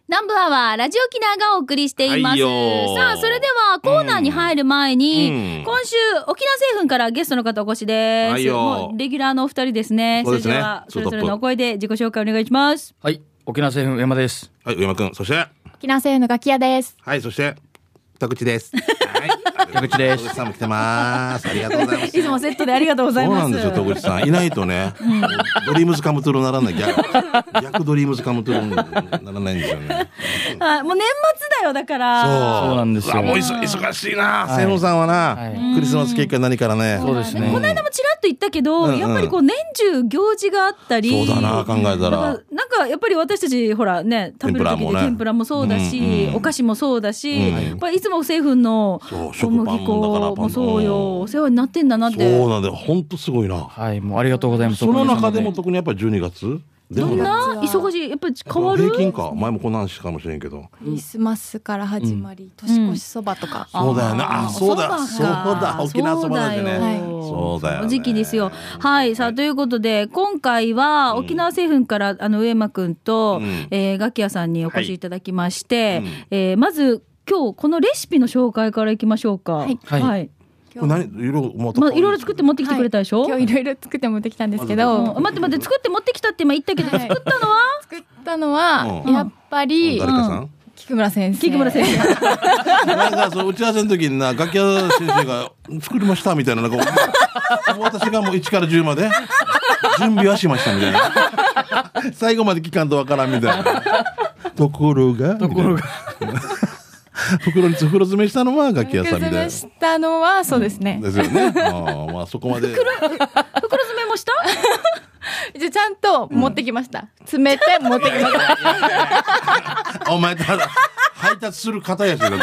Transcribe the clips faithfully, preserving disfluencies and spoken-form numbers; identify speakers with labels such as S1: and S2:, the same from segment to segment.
S1: 南部アワーラジオキナがお送りしています、はい、さあそれではコーナーに入る前に、うん、今週沖縄製粉からゲストの方お越しです、はい、もうレギュラーのお二人ですね。
S2: そうですね。
S1: それではそれぞれのお声で自己紹介お願いします。
S3: はい、沖縄製粉上山です。
S2: はい、上山くん。そして
S4: 沖縄製粉のガキヤです。
S2: はい、そして田口です。はい、
S3: 田口です。
S2: 田口さんも来てます。ありがとうございます。
S1: いつもセットでありがとうございます。
S2: そうなんですよ、田口さんいないとね、うん、ドリームズカムトゥルーならない、逆逆ドリームズカムトゥルーにならないんですよね。
S1: はい、もう年末だよだから。
S3: そうなんですよ。
S2: もう忙しいな、セノさんはな、はい、クリスマスケーキか何からね。
S3: そうですね。
S1: この間もちらっと言ったけど、うんうん、やっぱりこう年中行事があったり。
S2: そうだな、考えたら。
S1: なんか、なんかやっぱり私たちほらね、食べる時で天ぷらもそうだし、うんうん、お菓子もそうだし、うん、やっぱりいつも製粉の小麦粉もそうよ、お世話になってんだなって。
S2: そうなんで、本当すごいな。
S3: はい、もうありがとうございます。
S2: その中でも特にやっぱりじゅうにがつ
S1: どんな忙しい、やっぱり変わる
S2: 平均か、前もこんな話かもしれんけど、
S4: クリスマスから始まり、うん、年越しそばとか、
S2: うん、そうだよね。あ、そうだそうだ、沖縄そばだしね。そうだよね。
S1: 時期ですよ。はい、さあということで今回は沖縄製粉からあの上山くんと、うん、えー、ガキヤさんにお越しいただきまして、はい、えー、まず今日このレシピの紹介からいきましょうか。はい、はいはい、
S2: 何いろいろ、
S1: まあ、いろいろ作って持ってきてくれたでしょ、
S4: はい、今日いろいろ作って持ってきたんですけど、
S1: ま、待って待って、作って持ってきたって今言ったけど、はい、作ったのは
S4: 作ったのは、うん、やっぱり、
S2: うん、誰かさん、
S4: 菊村先生。
S1: 菊村先生
S2: なんかそう打ち合わせの時にな、ガキヤ先生が作りましたみたいな、なんかもう私がもういちからじゅうまで準備はしましたみたいな最後まで聞かんとわからんみたいなところが
S3: ところが
S2: 袋に袋詰めしたのはガキヤさんみたいな。
S4: 袋詰めしたのはそうですね、
S2: うん、ですよね。あ、まあそこまで
S1: 袋, 袋詰めもした
S4: じゃちゃんと持ってきました、うん、詰めて持ってきました
S2: お前ただ配達する方やしだった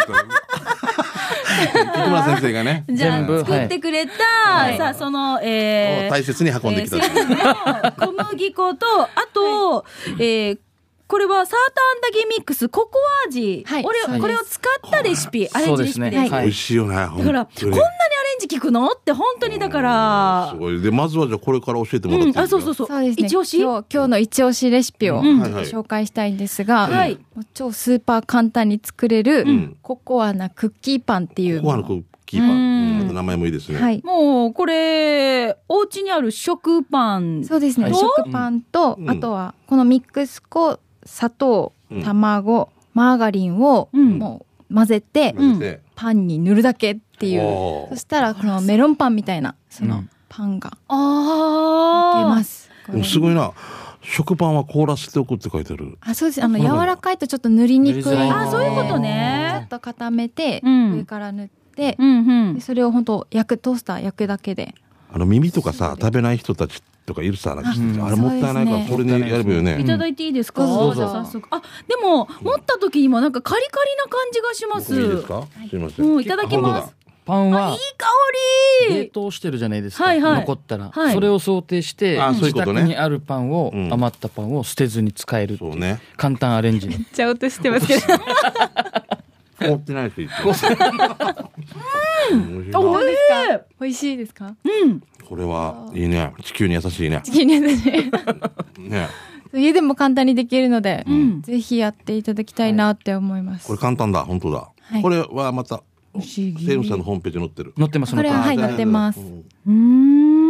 S2: 菊村先生がね、
S1: じゃあ作ってくれた、はい、さあその、えー、
S2: 大切に運んできた、え
S1: ー、小麦粉とあと、はい、えーこれはサーターアンダギーミックスココア味、はい、俺これを使ったレシピ、アレンジレシピです。
S2: 美味しいよね。だ
S1: からこんなにアレンジ効くのって本当にだから
S2: すごい。でまずはじゃあこれから教えてもらっていいですか。
S1: うん、あ、そうそうそう。
S4: そうですね、
S1: 一押し
S4: 今日、今日の一押しレシピを、うん、紹介したいんですが、はい、超スーパー簡単に作れる、うん、ココアなクッキーパンっていう。
S2: ココアなクッキーパン、うん、名前もいいですね。
S1: はい、もうこれお家にある食パン。
S4: そうですね。食パンと、うん、あとはこのミックス粉、砂糖、卵、うん、マーガリンをもう混ぜて、うん、パンに塗るだけっていう、そしたらこのメロンパンみたいなそのパンが出ます、
S2: うん、すごいな。食パンは凍らせておくって書いてある。
S4: あ、そうです。あの柔らかいとちょっと塗りにくい。
S1: あ、そういうことね。
S4: ちょっと固めて、うん、上から塗って、うんうん、それを本当焼く、トースター焼くだけで。
S2: あの耳とかさ食べない人たちとかいるさ、なんか、うん、あれもったいないからそれにやればいいよね。
S1: いただいていいですか。うん、じゃあ早速。あ、でも持った時にもなんかカリカリな感じがします。
S2: いいですか。すいません。
S1: うん、いただきます。
S3: パンはい
S1: い香り。
S3: 冷凍してるじゃないですか。
S1: はいはい、
S3: 残ったら、
S1: はい、
S3: それを想定して、
S2: あ、そういう
S3: 自
S2: ことね、
S3: 宅にあるパンを、うん、余ったパンを捨てずに使えるっていう、ね、簡単アレンジ。めっ
S4: ちゃ音してますけど。
S2: 凍ってないし。
S1: うん。どうですか。
S4: 美味しいですか。
S1: うん。
S2: これはいいね。地球に優しいね。
S4: 地球に優しい。ね。家でも簡単にできるので、うん、ぜひやっていただきたいなって思います。
S2: これ簡単だ、本当だ。はい、これはまたセームさんのホームページ載ってる。
S3: 載ってます。
S4: これははい載ってます。うん、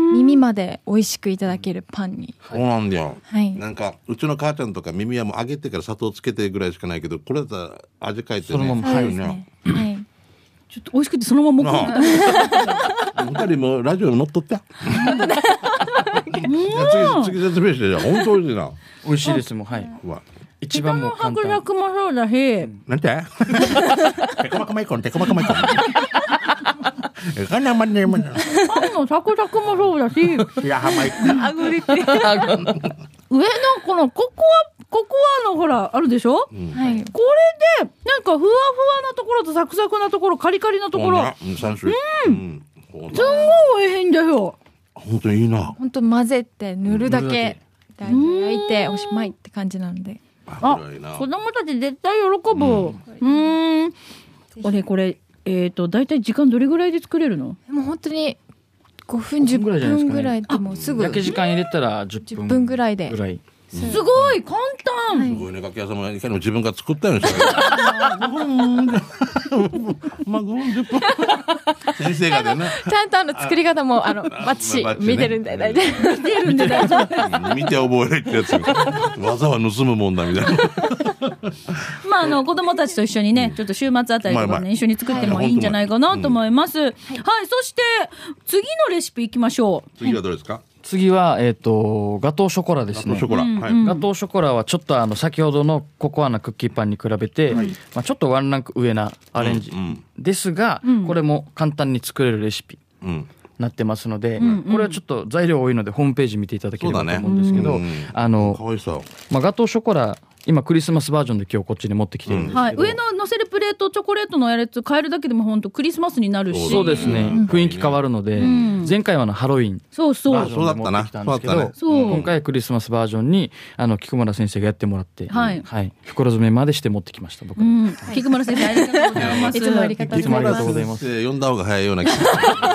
S4: 耳まで美味しくいただけるパンに。
S2: そうなんだよ。はい。なんかうちの母ちゃんとか耳はもう揚げてから砂糖つけてぐらいしかないけど、これだったら味変えてね。
S3: そのまま
S2: 入
S4: るね。はい。
S1: ちょっと美味しくてそのままもう
S2: 二人もラジオに乗っとって。次次説明してじゃあ本当美味しいな。
S3: 美味しいですもん。はい。一番も簡単。
S1: 人の迫力もそうだし。
S2: なんて？テコマカマイコンテコマカマイコン。パン
S1: のサクサクもそうだし。
S2: いやマイコン。
S1: あぐりて。上のこのココアココアのほらあるでしょ。うん、はい。これでなんかふわふわなところとサクサクなところ、カリカリなところ。うん。三種類。うん。すんごい美味しいんだよ。
S2: 本当にいいな。
S4: 本当混ぜて塗るだけ。だ焼いておしまいって感じなので。
S1: あ、子供たち絶対喜ぶ。うん。うん、俺これえっとだいたい時間どれぐらいで作れるの？
S4: もう本当にごふんじゅっぷんぐらいでもうすぐ。
S3: 焼き時間入れたらじゅっぷん
S4: ぐらいで。
S1: すごい簡単。
S2: すごいね、楽器屋さんもいかにも自分が作ったようにしてる。まあごふんじゅっぷん。先生がでね。
S4: ちゃんとあの作り方もあのバッチ見てるんで大丈夫。
S1: 見てるんで大丈夫。
S2: 見て覚えるってやつ。技は盗むもんだみたいな。
S1: まああの子供たちと一緒にね、ちょっと週末あたりとかね一緒に作ってもいいんじゃないかなと思います。はい、そして次のレシピいきましょう。
S2: 次はどれですか？
S3: 次は、えっと、ガトーショコラですね。
S2: ガトーショコラ。はい。
S3: ガトーショコラはちょっとあの先ほどのココアなクッキーパンに比べて、まあ、ちょっとワンランク上なアレンジですが、これも簡単に作れるレシピになってますので、これはちょっと材料多いのでホームページ見ていただければと思うんですけど、あの、まあ、ガトーショコラ今クリスマスバージョンで今日こっちに持ってきてるんですけど、
S1: はい、上の乗せるプレートチョコレートのやつ変えるだけでも本当クリスマスになるし、
S3: そうですね、雰囲気変わるので、前回はあのハロウィン
S1: そうそう
S3: バージョンで持ってきたんですけど、今回はクリスマスバージョンにあの菊村先生がやってもらって、はいはい、袋詰めまでして持ってきました僕、うん、
S1: 菊村先生ありがとうございます
S4: いつもありがとうございます。
S2: 読んだ方が早いような気がする。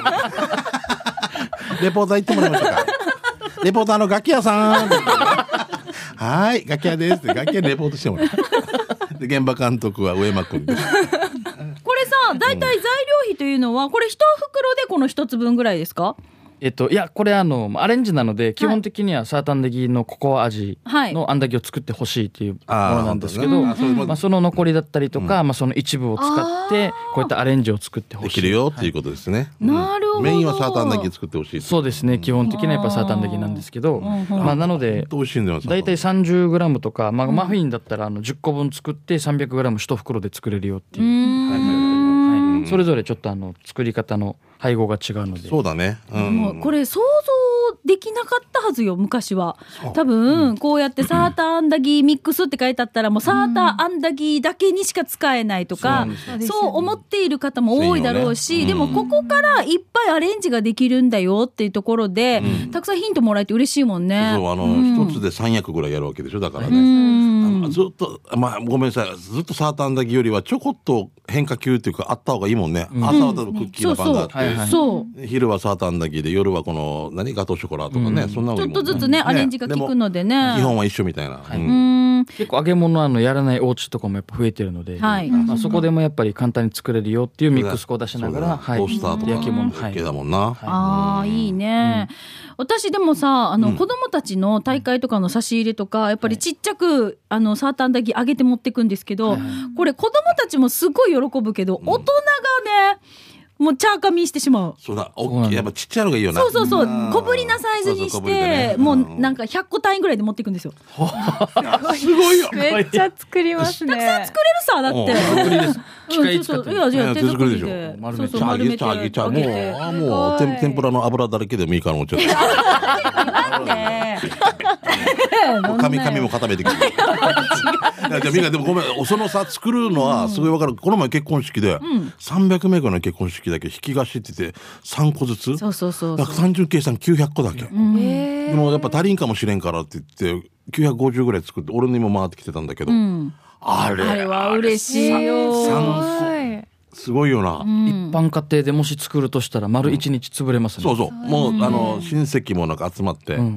S2: レポーター行ってもらいましょうか。レポーターの楽器屋さん。はい、楽器屋ですって楽器屋にレポートしてもらう。で現場監督は上間君です。
S1: これさ、だいたい材料費というのはこれ一袋でこの一つ分ぐらいですか？
S3: えっと、いやこれあのアレンジなので基本的にはサーターアンダギーのココア味のあんだぎを作ってほしいというものなんですけど、はい、まあ、その残りだったりとか、うん、まあ、その一部を使ってこういったアレンジを作ってほしい
S2: できるよっていうことですね、
S1: はい、なるほど。
S2: メインはサーターアンダギー作ってほしい。
S3: そうですね、基本的にはやっぱサーターアンダギーなんですけど、まあ、なのでだいたい さんじゅうグラム とか、まあ、マフィンだったらあのじゅっこぶん作って さんびゃくグラム 一袋で作れるよっていう、はいはい、それぞれちょっとあの作り方の配合が違うので。
S2: そうだね、うん、
S1: もうこれ想像できなかったはずよ昔は。多分こうやってサーターアンダギーミックスって書いてあったらもうサーターアンダギーだけにしか使えないとか、うん、そう思っている方も多いだろうし、でもここからいっぱいアレンジができるんだよっていうところで、うん、たくさんヒントもらえて嬉しいもんね。
S2: そう、あの、うん、一つでさん役ぐらいやるわけでしょ。だからね、うん、ずっと、まあ、ごめんなさい、ずっとサーターアンダギーよりはちょこっと変化球っていうかあった方がいいもんね、うん、朝はクッキーのパンがあって、そうそう、そう、昼はサーターアンダギーで夜はこの何ガトーショコラとかね、うん、そんなの、
S1: ね、ちょっとずつねアレンジが効くのでね、
S2: 基本は一緒みたいな、はい、う
S3: ん、結構揚げ物あのやらないお家とかもやっぱ増えてるので、はい、まあ、そこでもやっぱり簡単に作れるよっていうミックス粉を出しながら、はい、
S2: トースターとか
S3: 焼き物、
S2: はい、だもんな、はい、
S1: ああいいね、うん、私でもさあの、うん、子供たちの大会とかの差し入れとかやっぱりちっちゃくあのサーターアンダギー揚げて持ってくんですけど、はい、これ子供たちもすごい喜ぶけど、うん、大人がねもうチャーカミーしてしまう。
S2: そうだ、大きい、やっぱちっちゃいのがいいよな。
S1: そうそうそう、小ぶりなサイズにして、そうそうね、もうなんかひゃっこ単位ぐらいで持っていくんですよ。
S2: すごいよ。
S4: めっちゃ作りますね。
S1: たくさん作れるさ、だって。
S3: 手作りです。機械使って。
S1: いやいや手作りでしょ。
S2: そうそう丸めて揚げちゃう。もうあもう天ぷらの油だらけでもいいからもうちょっと。
S1: なんで。
S2: 紙紙も固めてきて。いやじゃあみんなでもごめん、そのさ作るのはすごいわかる。この前結婚式でさんびゃくめいぐらいの結婚式だけ引き菓子って言ってさんこずつ。
S1: そうそうそう。
S2: だから単純計算きゅうひゃっこだけ。でもやっぱ足りんかもしれんからって言ってきゅうひゃくごじゅうぐらい作って俺にも回ってきてたんだけど、あれ
S1: あれは嬉しいよ。
S2: さんこすごいよな、
S3: うん、一般家庭でもし作るとしたら丸一日潰れますね、
S2: うん、そうそうもう、うん、あの親戚もなんか集まって、うん、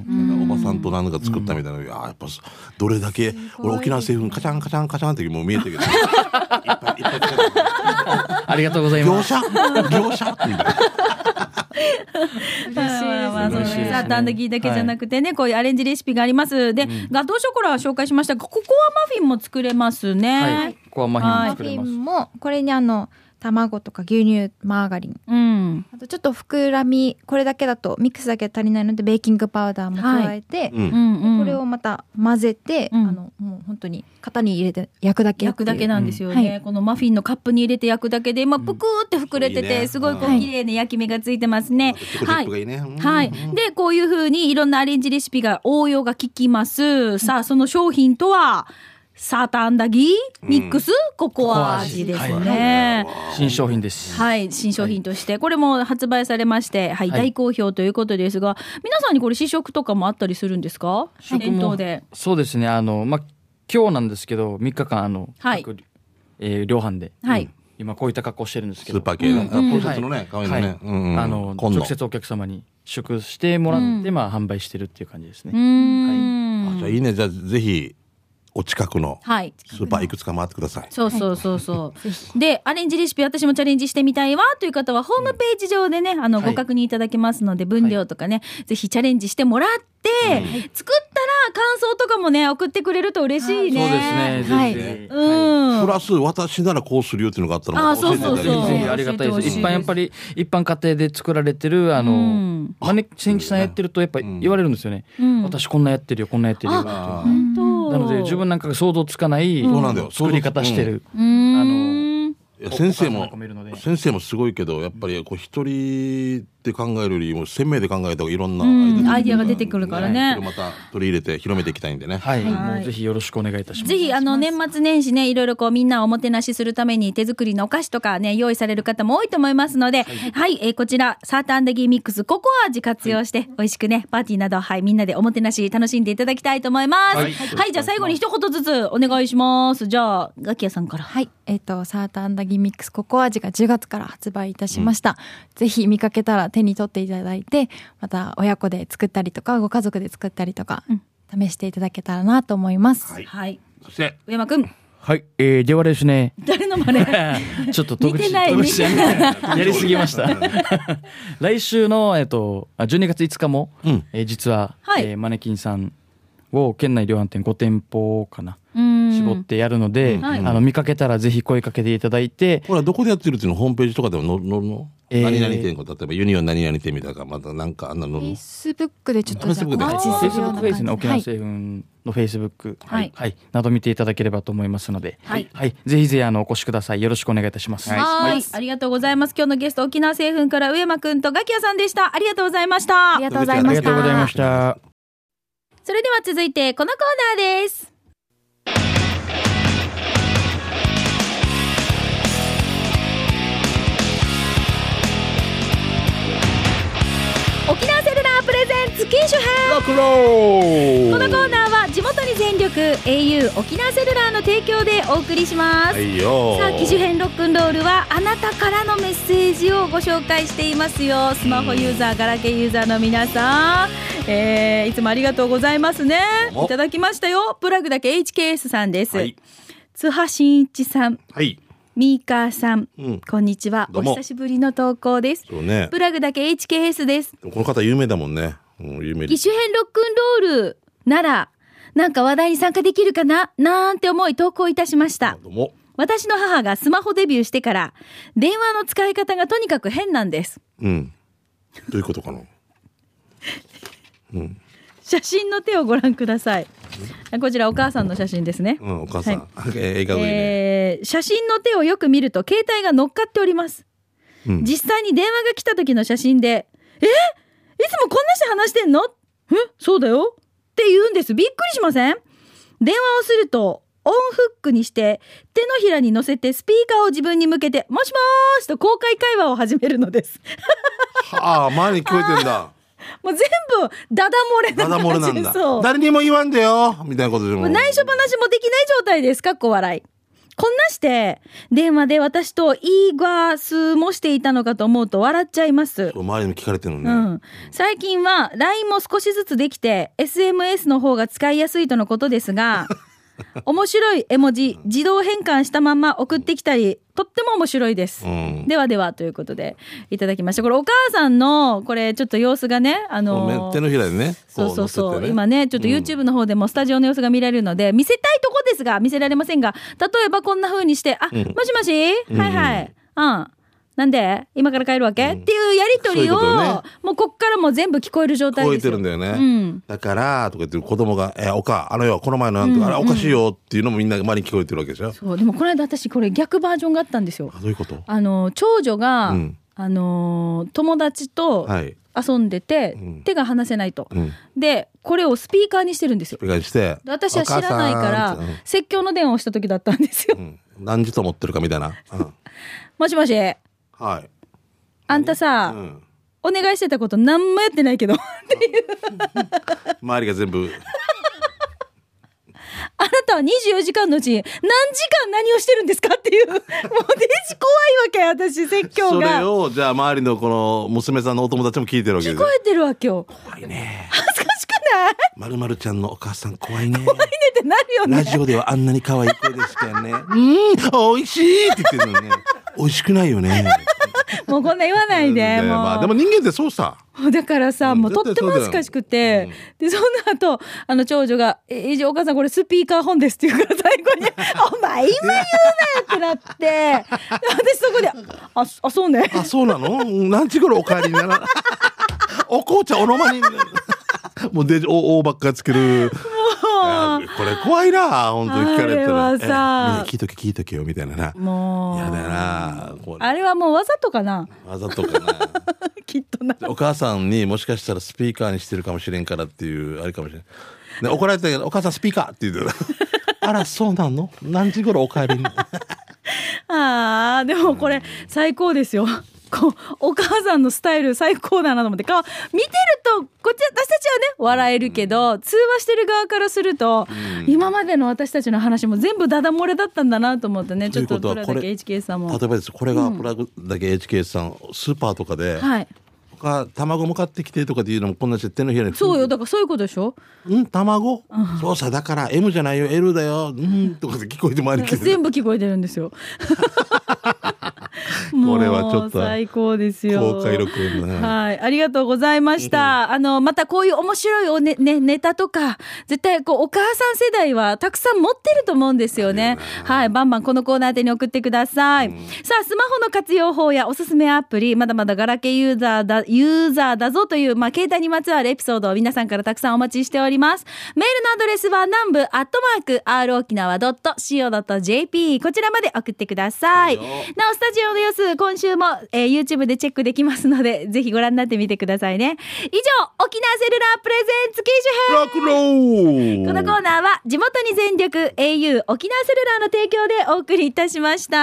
S2: おばさんと何か作ったみたいな、うん、やっぱどれだけ俺沖縄製粉カチャンカチャンカチャンってもう見えてるけどいっぱいいっぱい
S3: ありがとうございます。
S2: 業者業者って言う
S1: サーターアンダギーだけじゃなくてね、はい、こういうアレンジレシピがありますで、うん、ガトーショコラは紹介しましたがココアマフィンも作れますね、
S3: はい、ココアマフィンも作れます。
S4: マフィンもこれにあの卵とか牛乳マーガリン、うん、あとちょっと膨らみこれだけだとミックスだけ足りないのでベーキングパウダーも加えて、はい、うん、これをまた混ぜて、うん、あのもう本当に型に入れて焼くだけ
S1: 焼くだけなんですよね、うん、はい、このマフィンのカップに入れて焼くだけで、まあ、ぷくーって膨れてて、うん、いいね、すごいこう綺麗な焼き目がついてますね、うん、はい、はい、でこういう風にいろんなアレンジレシピが応用が効きます、うん、さあその商品とはサーターアンダギーミックスココア味ですね、
S3: はい、新商品です。
S1: はい、新商品としてこれも発売されまして、はい、はい、大好評ということですが、皆さんにこれ試食とかもあったりするんですか？店頭で。
S3: そうですね、あの、ま、今日なんですけどみっかかんあの、はい、各、えー、量販で、はい、今こういった格好してるんですけど
S2: スーパー系の、うん、ポーシャツのね、可愛いのね、はい、うんうん、
S3: あの直接お客様に試食してもらって、うん、まあ販売してるっていう感じですね。
S1: うん、
S2: はい、 じゃあいいね。じゃあぜひお近くの
S1: はい
S2: スーパーいくつか回ってください。
S1: そうそうそうそうでアレンジレシピ私もチャレンジしてみたいわという方はホームページ上でねあの、
S3: はい
S1: ご確認いただけますので分量とかね、はい、ぜひチャレンジしてもらって、はい、作ったら感想とかもね送ってくれると嬉しいね。
S3: そうですね、
S1: はい、
S3: ぜひぜひ、
S1: うん、
S2: プラス私ならこうするよっていうのがあったらまた教えていただきたい。
S1: あ、そうそうそう、
S3: ぜひありがたいです。一般やっぱり一般家庭で作られてるあの、うん、マネキンさんやってるとやっぱり言われるんですよね、うん、私こんなやってるよこんなやってるよって。
S1: あ、本当。
S3: なので自分なんかが想像つかない作り方してる、
S1: うん、
S3: あの
S2: いや先生も先生もすごいけどやっぱりこう一人で考えるよりも鮮明で考えた方がいろんな
S1: アイデアが出てくるからね。
S2: それまた取り入れて広めていきたいんでね。
S3: はい、もうぜひよろしくお願いいたします。
S1: ぜひあの年末年始ねいろいろこうみんなをおもてなしするために手作りのお菓子とかね用意される方も多いと思いますので、はい、はい、えー、こちらサーターアンダギーミックスココア味活用して、はい、美味しくねパーティーなど、はい、みんなでおもてなし楽しんでいただきたいと思います。はい、はい、じゃあ最後に一言ずつお願いします。じゃあガキヤさんから。
S4: はい、えっ、ー、とサーターアンダギーミックスココア味がじゅうがつから発売いたしました、うん、ぜひ見かけたら手に取っていただいてまた親子で作ったりとかご家族で作ったりとか、うん、試していただけたらなと思います。
S1: はい、はい、
S2: そして
S1: 上山くん。
S3: はい、えー、ではですね
S1: 誰の真似
S3: ちょっと特
S1: 似てない似て
S3: ないやりすぎました来週の、えー、とじゅうにがついつかも、うん、えー、実は、はい、えー、マネキンさんを県内量販店ご店舗かな絞ってやるので、うん、あの見かけたらぜひ声かけていただいて。
S2: これはどこでやってるっていうのホームページとかでも載るの、えー、何々店、例えばユニオン何々店みたいなまたなんかあんなの
S4: フェイスブックでちょっと
S3: じゃあ告知するような感じで沖縄製粉のフェイスブック、はいはい、など見ていただければと思いますので、はいはい、ぜひぜひあのお越しください。よろしくお願いいたします。
S1: はい、はい、ありがとうございます。今日のゲスト沖縄製粉から上山くんとガキヤさんでした。ありがとうございました。
S4: ありがとうございました。
S3: ありがとうございました。
S1: それでは続いてこのコーナーです。沖縄セルラープレゼンツ機種編ロックロー。このコーナーは地元に全力 エーユー 沖縄セルラーの提供でお送りします。はいよ。さあ機種編ロックンロールはあなたからのメッセージをご紹介していますよ。スマホユーザーガラケーユーザーの皆さん、えー、いつもありがとうございますね。いただきましたよ。プラグだけ エイチケーエス さんです、はい、津波真一さん、はい、ミーカーさん、うん、こんにちは。お久しぶりの投稿です。そうね、プラグだけ エイチケーエス です。
S2: この方有名だもんね、うん、有名。
S1: 機種編ロックンロールならなんか話題に参加できるかななんて思い投稿いたしました。どうも。私の母がスマホデビューしてから電話の使い方がとにかく変なんです。
S2: うん、どういうことかなうん、
S1: 写真の手をご覧ください。こちらお母さんの写真ですね、
S2: うん、お母さん、はい、えー、がいいね、
S1: えー、写真の手をよく見ると携帯が乗っかっております、うん、実際に電話が来た時の写真でえいつもこんなして話してんのえそうだよって言うんです。びっくりしません？電話をするとオンフックにして手のひらに乗せてスピーカーを自分に向けてもしもーしと公開会話を始めるのです
S2: はあ、前に聞こえてんだ
S1: もう全部ダダ漏れな
S2: ダダ漏れなんだ。誰にも言わんでよみたいなことでも
S1: 内緒話もできない状態です。かっこ笑い。こんなして電話で私と言いがすもしていたのかと思うと笑っちゃいます。
S2: 周りにも聞かれてるのね、
S1: うん、最近は ライン も少しずつできて エスエムエス の方が使いやすいとのことですが面白い絵文字自動変換したまま送ってきたりとっても面白いです、うん、ではではということでいただきました。これお母さんのこれちょっと様子がね、あの
S2: ー、手のひらでね、
S1: そうそうそう、ね、今ねちょっと YouTube の方でもスタジオの様子が見られるので、うん、見せたいとこですが見せられませんが、例えばこんな風にしてあ、うん、もしもし、うん、はいはい、うんなんで今から帰るわけ、うん、っていうやりとりをうう、ね、もうこっからもう全部聞こえる状態ですよ。
S2: 聞こえてるんだよね、うん、だからとか言って子供がえおかあのよこの前のなんとか、うん、あれおかしいよっていうのもみんな周りに聞こえてるわけでしょ。
S1: そうでもこの間私これ逆バージョンがあったんですよ。
S2: あどういうこと？
S1: あの長女が、うん、あの友達と遊んでて、はい、手が離せないと、うん、でこれをスピーカーにしてるんですよ。
S2: スピーカーにして
S1: 私は知らないから、うん、説教の電話をした時だったんですよ、うん、
S2: 何時と思ってるかみたいな、うん、
S1: もしもし
S2: はい
S1: あんたさ、うん、お願いしてたこと何もやってないけどっていう
S2: 周りが全部
S1: あなたはにじゅうよじかんのうち何時間何をしてるんですかっていうもうデジ怖いわけ私説教が。
S2: それをじゃあ周りのこの娘さんのお友達も聞いてるわけです。
S1: 聞こえてるわけよ。
S2: 怖いね。
S1: 恥ずかしくない
S2: まるまるちゃんのお母さん怖いね。
S1: 怖いねってなるよね。
S2: ラジオではあんなに可愛い声ですからね。うん、美味しいって言ってるのね。美味しくないよね。
S1: もうこんな言わないで。
S2: で、
S1: もう
S2: まあ、でも人間ってそうさ。
S1: だからさ、
S2: うん
S1: もうとっても恥ずかしくて、うん、でその後あの長女が「ええお母さんこれスピーカー本です」って言うから最後に「お前今言うなよ」ってなって私そこで「ああそうね」
S2: あそうなの何時頃お帰りにならお紅茶お飲まにもうでおおばっかつける。これ怖いな本当に聞かれたら。
S1: あれはさ、
S2: え聞いとけ聞いとけよみたいなな。
S1: もう
S2: やだな。
S1: あれはもうわざとかな。
S2: わざとかな。
S1: きっとな。
S2: お母さんにもしかしたらスピーカーにしてるかもしれんからっていうあれかもしれない。で怒られたけどお母さんスピーカーって言うとあらそうなの何時頃お帰りに。
S1: ああでもこれ最高ですよ。こうお母さんのスタイル最高だなと思って顔見てるとこっち私たちはね笑えるけど、うん、通話してる側からすると、うん、今までの私たちの話も全部ダダ漏れだったんだなと思ってね。ちょっとプラだけ エイチケー さんも
S2: 例えばですこれがプラだけ エイチケー さん、うん、スーパーとかで、はい、卵も買ってきてとかっていうのもこんな手のひらに
S1: そうよだからそういうことでしょ。
S2: うん卵、うん、そうさだから エム じゃないよ エル だようんとかで聞こえてもあるけど
S1: 全部聞こえてるんですよ。
S2: これはちょっと
S1: 最高ですよ。
S2: 公開録音ね。
S1: はい、ありがとうございました。うん、あのまたこういう面白いおねねネタとか絶対こうお母さん世代はたくさん持ってると思うんですよね。はい、バンバンこのコーナー宛てに送ってください。うん、さあスマホの活用法やおすすめアプリまだまだガラケーユーザーだユーザーだぞというまあ携帯にまつわるエピソードを皆さんからたくさんお待ちしております。メールのアドレスは南部アットマーク アール 沖縄 ドット シーオー ドット ジェーピー こちらまで送ってください。なおスタジオの様子今週も、えー、YouTube でチェックできますのでぜひご覧になってみてくださいね。以上沖縄セルラープレゼンツ機種編このコーナーは地元に全力 エーユー 沖縄セルラーの提供でお送りいたしました。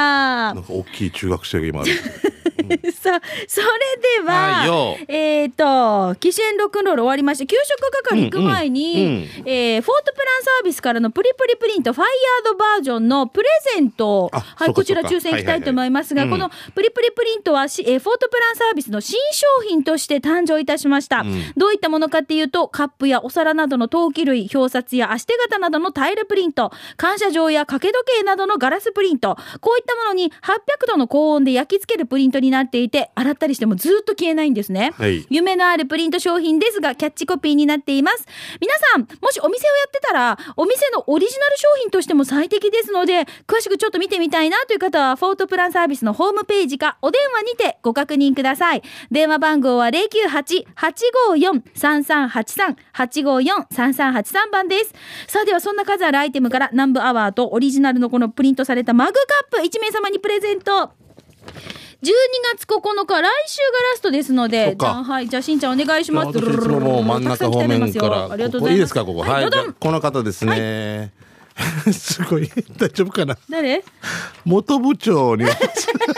S2: なんか大きい中学生が今ある
S1: さあそれでは、はい、えっ、ー、と機種編ロックンロール終わりまして給食係行く前に、うんうんうんえー、フォートプランサービスからのプリプリプリントファイヤードバージョンのプレゼント、はい、こちら抽選いきたいと思いますが、はいはいはい、このプリプリプリントは、えー、フォートプランサービスの新商品として誕生いたしました、うん、どういったものかっていうとカップやお皿などの陶器類表札や足手形などのタイルプリント感謝状や掛け時計などのガラスプリントこういったものにはっぴゃくどの高温で焼き付けるプリントになっていて洗ったりしてもずっと消えないんですね、はい、夢のあるプリント商品ですがキャッチコピーになっています。皆さんもしお店をやってたらお店のオリジナル商品としても最適ですので詳しくちょっと見てみたいなという方はフォートプランサービスのホームページかお電話にてご確認ください。電話番号は ゼロきゅうはち はちごよん さんさんはちさん はちごよん さんさんはちさん番です。さあではそんな数あるアイテムから南部アワーとオリジナルのこのプリントされたマグカップいち名様にプレゼント。じゅうにがつここのか来週がラストですのでじゃあ、はい、じゃあしんちゃんお願いします。
S2: 私いつももう真ん中方面から
S1: ありがとうございます。
S2: ここいいですかここ、はい、
S1: はい、
S2: この方ですね、はい、すごい大丈夫かな
S1: 誰
S2: 元部長にでも取り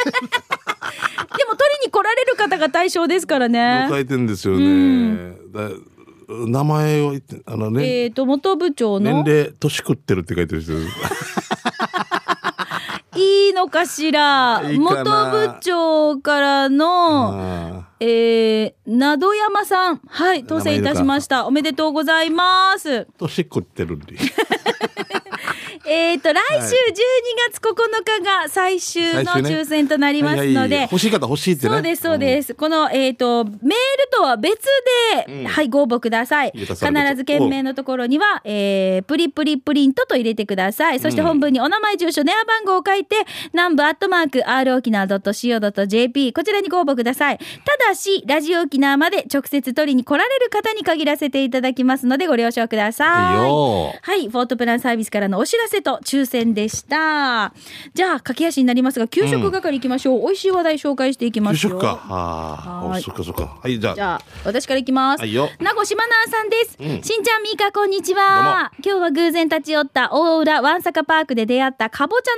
S1: に来られる方が対象ですからね
S2: 書いてるんですよね。だ名前を言ってあの、ね、
S1: えーと元部長の
S2: 年齢年食ってるって書いてるんですよ
S1: いいのかしら。いいかな。元部長からの、えー、などやまさん、はい、当選いたしました。おめでとうございます。
S2: 年食ってるんで。
S1: えーと来週じゅうにがつここのかが最終の抽選となりますので、ねはいはい、
S2: 欲しい方欲しいってね。
S1: そうですそうです、うん、この、えーとメールとは別で、うん、はいご応募ください。必ず件名のところには、えー、プリプリプリントと入れてください。そして本文にお名前住所電話番号を書いて南部アットマーク アール 沖縄 ドット シーオー ドット ジェーピー こちらにご応募ください。ただしラジオ沖縄まで直接取りに来られる方に限らせていただきますのでご了承ください。いいよ。はい、フォートプランサービスからのお知らせと抽選でした。じゃあ駆け足になりますが給食係行きましょう、うん、美味しい話題紹介していきますよ。
S2: 給食か。はあ、そっかそっか。はい、じゃあ
S1: じゃあ私から行きます。
S2: はいよ。
S1: 名護島奈さんです、うん、しんちゃんみーかこんにちは。今日は偶然立ち寄った大浦わんさかパークで出会ったかぼちゃの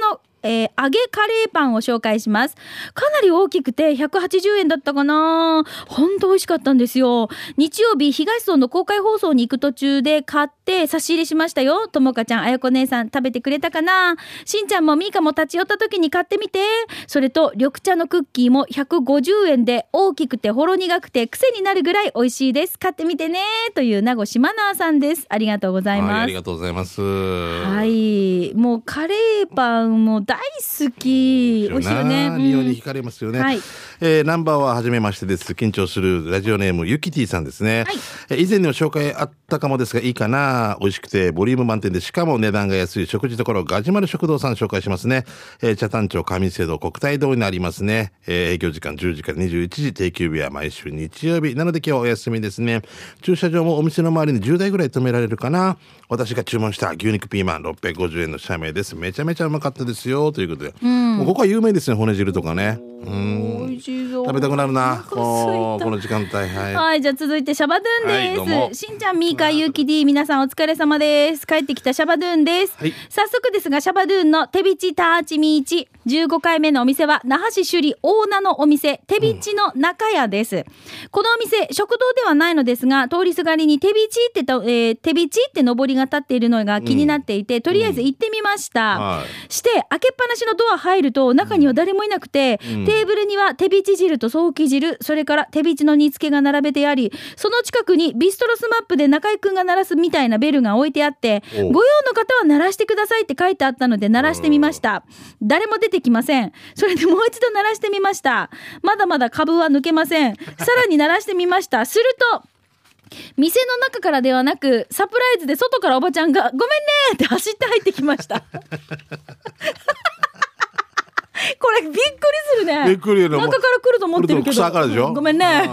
S1: えー、揚げカレーパンを紹介します。かなり大きくてひゃくはちじゅうえんだったかな。ほんと美味しかったんですよ。日曜日東村の公開放送に行く途中で買って差し入れしましたよ。ともかちゃん、あやこ姉さん食べてくれたかな。しんちゃんもみーかも立ち寄った時に買ってみて。それと緑茶のクッキーもひゃくごじゅうえんで大きくてほろ苦くて癖になるぐらい美味しいです。買ってみてね。という名護島奈さんです。ありがとうございます。
S2: はい、ありがとうございます。
S1: はい、もうカレーパンも大好き。美味しいよね。
S2: 匂いに惹かれますよね。はい、えー、ナンバーは初めましてです。緊張するラジオネームゆきてぃさんですね。はい、え以前にも紹介あったかもですがいいかな。美味しくてボリューム満点でしかも値段が安い食事処ガジュマル食堂さん紹介しますね。えー、北谷町上瀬戸国体堂になりますね。えー、営業時間じゅうじからにじゅういちじ、定休日は毎週日曜日なので今日お休みですね。駐車場もお店の周りにじゅうだいぐらい止められるかな。私が注文した牛肉ピーマンろっぴゃくごじゅうえんの社名です。めちゃめちゃうまかったですよということで、うん、もうここは有名ですね。骨汁とかね。うん、美味しいぞ。食べたくなるなこの時間帯。はい、
S1: はい、じゃあ続いてシャバドゥンです、はい、しんちゃん、みーか、ゆうき D 皆さんお疲れ様です。帰ってきたシャバドゥンです、はい、早速ですがシャバドゥンの手びちターチミーチじゅうごかいめのお店は那覇市首里大名のお店手びちの中屋です、うん、このお店食堂ではないのですが通りすがりに手びちってと、えー、手びちって上りが立っているのが気になっていて、うん、とりあえず行ってみました、うんはい、して開けっぱなしのドア入ると中には誰もいなくて、うん、テーブルには手びち汁とソーキ汁、それから手びちの煮付けが並べてあり、その近くにビストロスマップで中井くんが鳴らすみたいなベルが置いてあって、ご用の方は鳴らしてくださいって書いてあったので鳴らしてみました。誰も出てきません。それでもう一度鳴らしてみました。まだまだ株は抜けません。さらに鳴らしてみました。すると店の中からではなくサプライズで外からおばちゃんがごめんねって走って入ってきましたこれびっくりするね。
S2: びっくりよね。
S1: 中から来ると思ってるけど
S2: 草からでしょ。
S1: ごめんね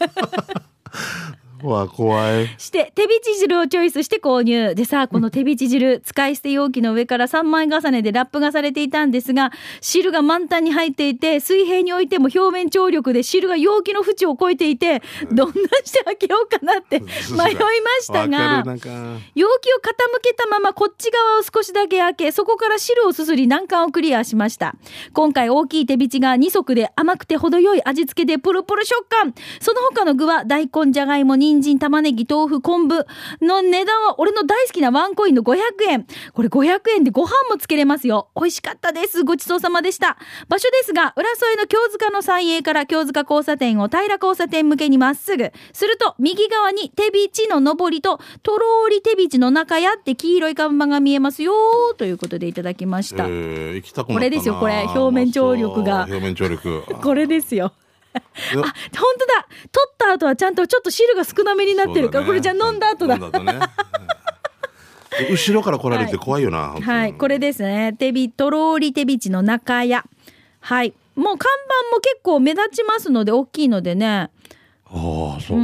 S2: わ怖い。
S1: して手びち汁をチョイスして購入でさ、この手びち汁使い捨て容器の上からさんまい重ねでラップがされていたんですが、汁が満タンに入っていて水平に置いても表面張力で汁が容器の縁を超えていて、どんなして開けようかなって迷いましたが、容器を傾けたままこっち側を少しだけ開け、そこから汁をすすり難関をクリアしました。今回大きい手びちがに足で甘くて程よい味付けでプルプル食感、その他の具は大根、じゃがいも、人参、玉ねぎ、豆腐、昆布の値段は俺の大好きなワンコインのごひゃくえん。これごひゃくえんでご飯もつけれますよ。美味しかったです。ごちそうさまでした。場所ですが浦添の京塚の三栄から京塚交差点を平交差点向けにまっすぐすると右側に手びちの上りととろーり手びちの中屋って黄色い看板が見えますよということでいただきました、
S2: えー、行きたくなったな。
S1: これですよ。これ表面張力が
S2: 表面張力こ
S1: れですよあ、本当だ。取った後はちゃんとちょっと汁が少なめになってるから、ね、これじゃ飲んだ後だ。だね、
S2: 後ろから来られて怖いよな。
S1: はい、はい、これですね。手びとろーり手びちの中屋。はい。もう看板も結構目立ちますので大きいのでね。
S2: ああ、そう。うん、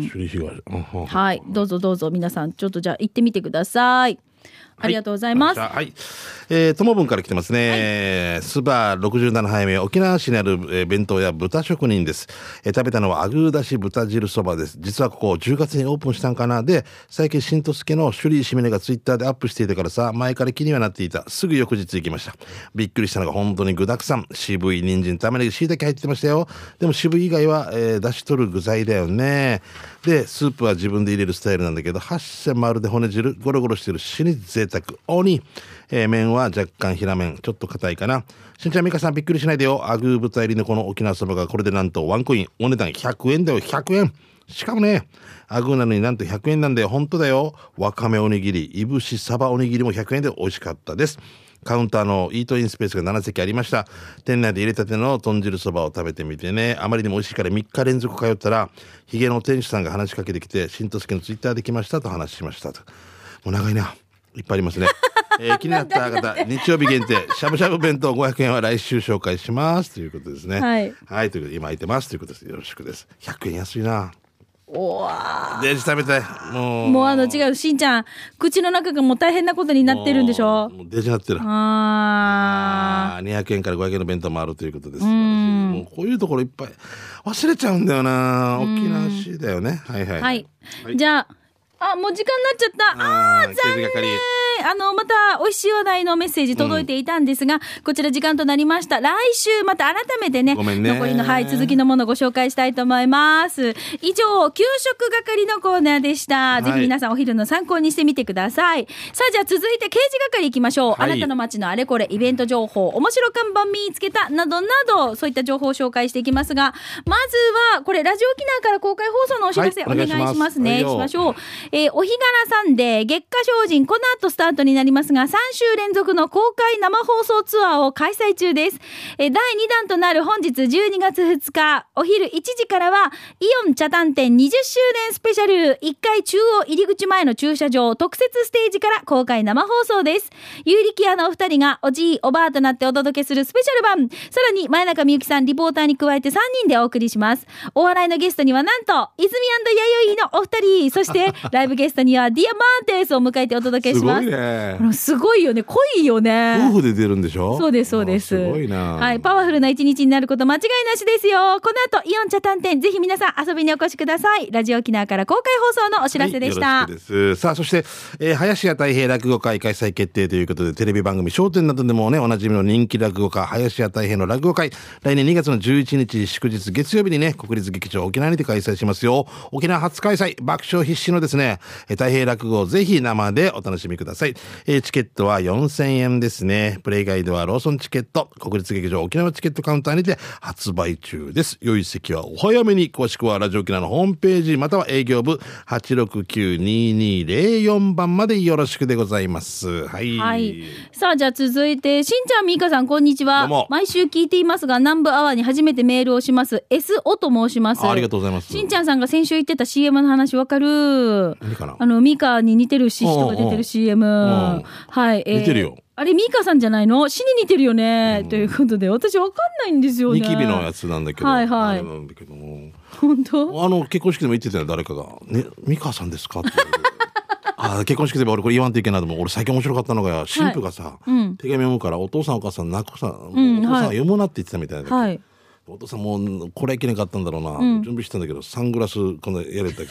S1: はい、どうぞどうぞ皆さんちょっとじゃあ行ってみてください。ありがとうございます。
S2: はい、はい、えー、ともぶんから来てますね。はい、スバろくじゅうななはいめ沖縄市にある、えー、弁当屋豚職人です、えー。食べたのはアグーだし豚汁そばです。実はここじゅうがつにオープンしたんかな。で最近新とすけのシュリーしめねがツイッターでアップしていたからさ、前から気にはなっていた。すぐ翌日行きました。びっくりしたのが本当に具だくさん。渋い人参、玉ねぎ、椎茸入ってましたよ。でも渋い以外は、えー、出し取る具材だよね。でスープは自分で入れるスタイルなんだけど、はっしゃまるで骨汁ゴロゴロしてる死に贅沢。鬼、えー、麺は若干平麺、ちょっと硬いかな。しんちゃん、みかさんびっくりしないでよ。アグー豚入りのこの沖縄そばがこれでなんとワンコイン、お値段ひゃくえんだよ。ひゃくえん。しかもねアグーなのになんとひゃくえんなんだよ。本当だよ。わかめおにぎり、いぶしサバおにぎりもひゃくえんで美味しかったです。カウンターのイートインスペースがななせきありました。店内で入れたての豚汁そばを食べてみてね。あまりにも美味しいからみっか連続通ったらヒゲの店主さんが話しかけてきて、新とすけのツイッターで来ましたと話しましたと。もう長いな、いっぱいありますね。えー、気になった方日曜日限定しゃぶしゃぶ弁当ごひゃくえんは来週紹介しますということですね。
S1: はい、はい、
S2: ということで今空いてますということです。よろしくです。ひゃくえん安いな。
S1: おわ
S2: デージ食べたい。もう
S1: もうあの違う、しんちゃん口の中がもう大変なことになってるんでしょ。
S2: もうデージなってる。
S1: あ
S2: あにひゃくえんからごひゃくえんの弁当もあるということです。もうこういうところいっぱい忘れちゃうんだよな。沖縄市だよね。はいはい、
S1: はい、はい、じゃああもう時間になっちゃった。あー残念。 あの、また、美味しい話題のメッセージ届いていたんですが、うん、こちら時間となりました。来週、また改めてね、
S2: ごめんね
S1: 残りの、はい、続きのものをご紹介したいと思います。以上、給食係のコーナーでした。はい、ぜひ皆さんお昼の参考にしてみてください。さあ、じゃあ続いて刑事係行きましょう。はい、あなたの街のあれこれ、イベント情報、面白看板見つけた、などなど、そういった情報を紹介していきますが、まずは、これ、ラジオ沖縄から公開放送のお知らせ、はい、お願いしますね。しましょう。えー、お日柄サンデー、月下精進、この後スタートになりますが、さんしゅう連続の公開生放送ツアーを開催中です。えー、だいにだんとなる本日じゅうにがつふつか、お昼いちじからは、イオン茶炭店にじゅっしゅうねんスペシャル、いっかい中央入り口前の駐車場、特設ステージから公開生放送です。有力屋のお二人がおじい、おばあとなってお届けするスペシャル版。さらに、前中みゆきさん、リポーターに加えてさんにんでお送りします。お笑いのゲストにはなんと、泉&弥生のお二人、そして、ライブゲストにはディアマーテンスを迎えてお届けします。
S2: すごいね。
S1: すごいよね。濃いよね。
S2: 夫婦で出るんでしょ。
S1: そうです、そうです。
S2: すごいな。
S1: はい。パワフルな一日になること間違いなしですよ。この後、イオン茶炭店、ぜひ皆さん遊びにお越しください。ラジオ沖縄から公開放送のお知らせでした。
S2: はい、よろしくです。さあ、そして、えー、林家太平落語会開催決定ということで、テレビ番組、笑点などでもね、おなじみの人気落語家、林家太平の落語会、来年にがつのじゅういちにち祝日月曜日にね、国立劇場沖縄にて開催しますよ。沖縄初開催、爆笑必至のですね、太平落語をぜひ生でお楽しみください。えー、チケットはよんせんえんですね。プレイガイドはローソンチケット、国立劇場沖縄チケットカウンターにて発売中です。良い席はお早めに。詳しくはラジオ沖縄のホームページまたは営業部 はちろくきゅうにーにーぜろよん 番までよろしくでございます。はい。
S1: はい、さあ、じゃあ続いて、しんちゃん、みーかさん、こんにちは。毎週聞いていますが、南部アワーに初めてメールをします。S おと申します。
S2: あ、ありがとうございます。
S1: しんちゃんさんが先週言ってた シーエム の話わかる？
S2: 何かな？
S1: あの、ミカに似てるし人が出てる シーエム。はい。
S2: えー、似てるよ。
S1: あれミカさんじゃないの？死に似てるよね、うん、ということで私わかんないんですよね。
S2: ニキビのやつなんだけど。
S1: はいはい。
S2: なんだけども。
S1: 本当？
S2: あの結婚式でも言ってたよ誰かがね、ミカさんですかって。あ、結婚式でも俺これ言わんといけないと思う。俺最近面白かったのが新婦がさ、はい、うん、手紙読むからお父さんお母さん泣くさ、うん、お父さん読むなって言ってたみたいな。はい。お父さんもうこれいけなかったんだろうな、うん、準備してたんだけどサングラスこのやれたけど。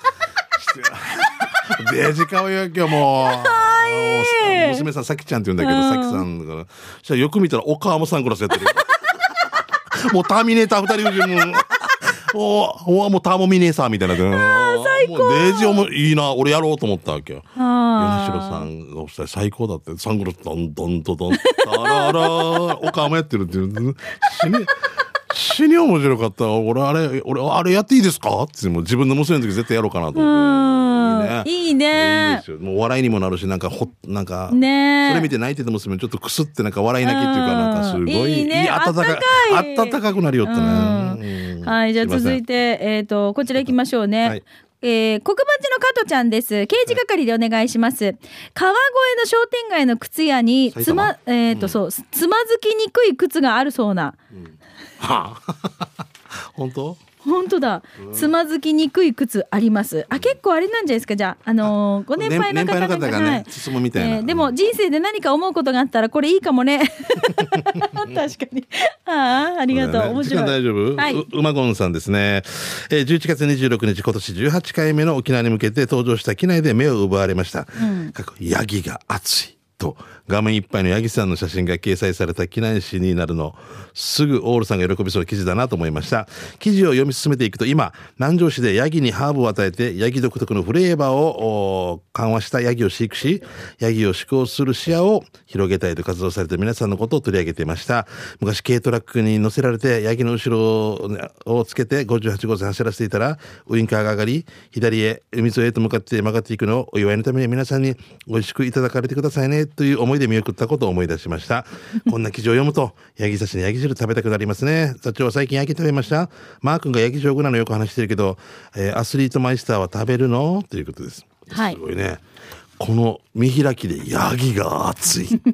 S2: デジ顔よ今日もう娘さんさきちゃんって言うんだけど、うん、さきさんだからそしたらよく見たらお母もサングラスやってる。もうターミネーターふたりもおおもうターモミネーサーみたいな。
S1: 最高。
S2: デジもいいな俺やろうと思ったわけよ。米城さんの二人最高だってサングラスドンドンドドンタララお母もやってるっていう死に死に面白かった。俺あれ俺あれやっていいですかってもう自分の娘の時絶対やろうかなと思って。
S1: いいね。いいです
S2: よ。もう笑いにもなるしなんかほなんかねそれ見て泣いてた娘ちょっとクスってなんか笑い泣きっていうかなんかすごいいいね。温かい温かくなりよったね。
S1: はい、じゃあ続いてえっとこちら行きましょうね。はい、えー、国町の加トちゃんです。刑事係でお願いします。川越の商店街の靴屋につまえっと、うん、そうつまずきにくい靴があるそうな。うん、は
S2: あ、本当？
S1: 本当だ。つまずきにくい靴あります。あ、結構あれなんじゃないですか。じゃあ、あのー、ご年配の方が、
S2: 年配の方がね、はい、進むみたいな、
S1: えー。でも人生で何か思うことがあったらこれいいかもね。確かに。ああ、ありがとう。ね、面白い。
S2: 時間大丈夫？はい。う、うまごんさんですね。えー、じゅういちがつにじゅうろくにち今年じゅうはちかいめの沖縄に向けて登場した機内で目を奪われました。うん、ヤギが熱い。と画面いっぱいのヤギさんの写真が掲載された機内誌になるのすぐオールさんが喜びそうな記事だなと思いました。記事を読み進めていくと今南城市でヤギにハーブを与えてヤギ独特のフレーバーを緩和したヤギを飼育しヤギを飼育する視野を広げたいと活動されて皆さんのことを取り上げていました。昔軽トラックに乗せられてヤギの後ろをつけてごじゅうはちごうせん走らせていたらウインカーが上がり左へ海沿いへと向かって曲がっていくのをお祝いのために皆さんに美味しくいただかれてくださいねという思いで見送ったことを思い出しました。こんな記事を読むとヤギ刺しにヤギ汁食べたくなりますね。座長は最近ヤギ食べました？マー君がヤギ上手なのよく話してるけど、えー、アスリートマイスターは食べるのということです。
S1: はい、
S2: すごいね。この見開きでヤギが熱い。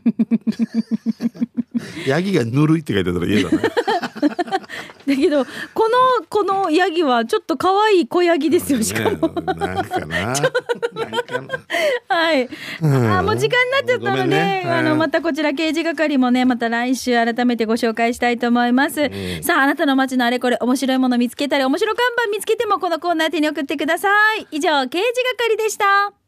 S2: ヤギがぬるいって書いてたら嫌だね。
S1: だけどこのこのヤギはちょっと可愛い小ヤギですよ。しかも
S2: なんかな
S1: はい、うん、あもう時間になっちゃったので、ね、あのまたこちら刑事係もねまた来週改めてご紹介したいと思います、うん、さああなたの街のあれこれ面白いもの見つけたり面白看板見つけてもこのコーナー手に送ってください。以上刑事係でした。